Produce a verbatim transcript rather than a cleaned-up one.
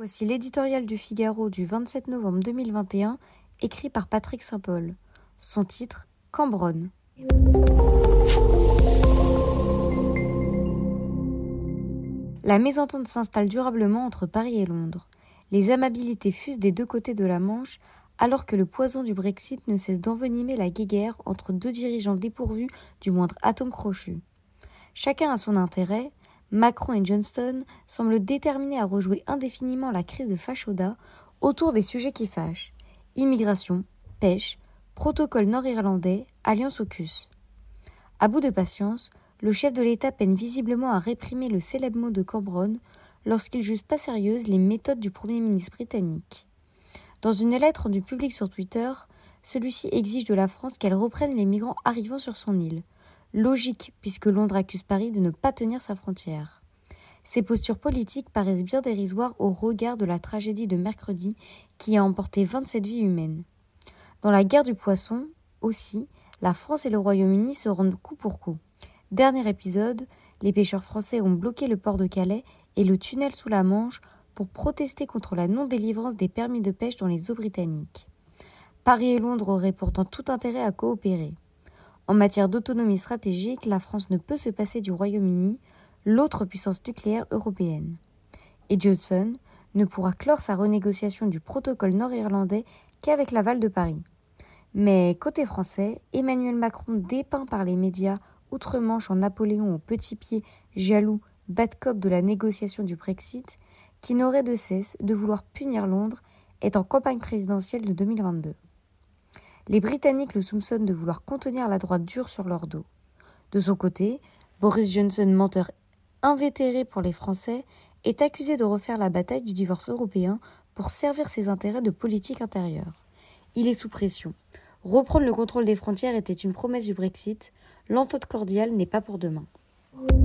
Voici l'éditorial du Figaro du vingt-sept novembre deux mille vingt et un, écrit par Patrick Saint-Paul. Son titre, Cambronne. La mésentente s'installe durablement entre Paris et Londres. Les amabilités fusent des deux côtés de la Manche, alors que le poison du Brexit ne cesse d'envenimer la guéguerre entre deux dirigeants dépourvus du moindre atome crochu. Chacun a son intérêt. Macron et Johnson semblent déterminés à rejouer indéfiniment la crise de Fashoda autour des sujets qui fâchent. Immigration, pêche, protocole nord-irlandais, alliance AUKUS. À bout de patience, le chef de l'État peine visiblement à réprimer le célèbre mot de Cambronne lorsqu'il juge pas sérieuses les méthodes du Premier ministre britannique. Dans une lettre rendue publique sur Twitter, celui-ci exige de la France qu'elle reprenne les migrants arrivant sur son île. Logique, puisque Londres accuse Paris de ne pas tenir sa frontière. Ces postures politiques paraissent bien dérisoires au regard de la tragédie de mercredi qui a emporté vingt-sept vies humaines. Dans la guerre du poisson, aussi, la France et le Royaume-Uni se rendent coup pour coup. Dernier épisode, les pêcheurs français ont bloqué le port de Calais et le tunnel sous la Manche pour protester contre la non-délivrance des permis de pêche dans les eaux britanniques. Paris et Londres auraient pourtant tout intérêt à coopérer. En matière d'autonomie stratégique, la France ne peut se passer du Royaume-Uni, l'autre puissance nucléaire européenne. Et Johnson ne pourra clore sa renégociation du protocole nord-irlandais qu'avec l'aval de Paris. Mais côté français, Emmanuel Macron, dépeint par les médias outre-Manche en Napoléon au petit pied, jaloux, bad cop de la négociation du Brexit, qui n'aurait de cesse de vouloir punir Londres, est en campagne présidentielle de deux mille vingt-deux. Les Britanniques le soupçonnent de vouloir contenir la droite dure sur leur dos. De son côté, Boris Johnson, menteur invétéré pour les Français, est accusé de refaire la bataille du divorce européen pour servir ses intérêts de politique intérieure. Il est sous pression. Reprendre le contrôle des frontières était une promesse du Brexit. L'entente cordiale n'est pas pour demain.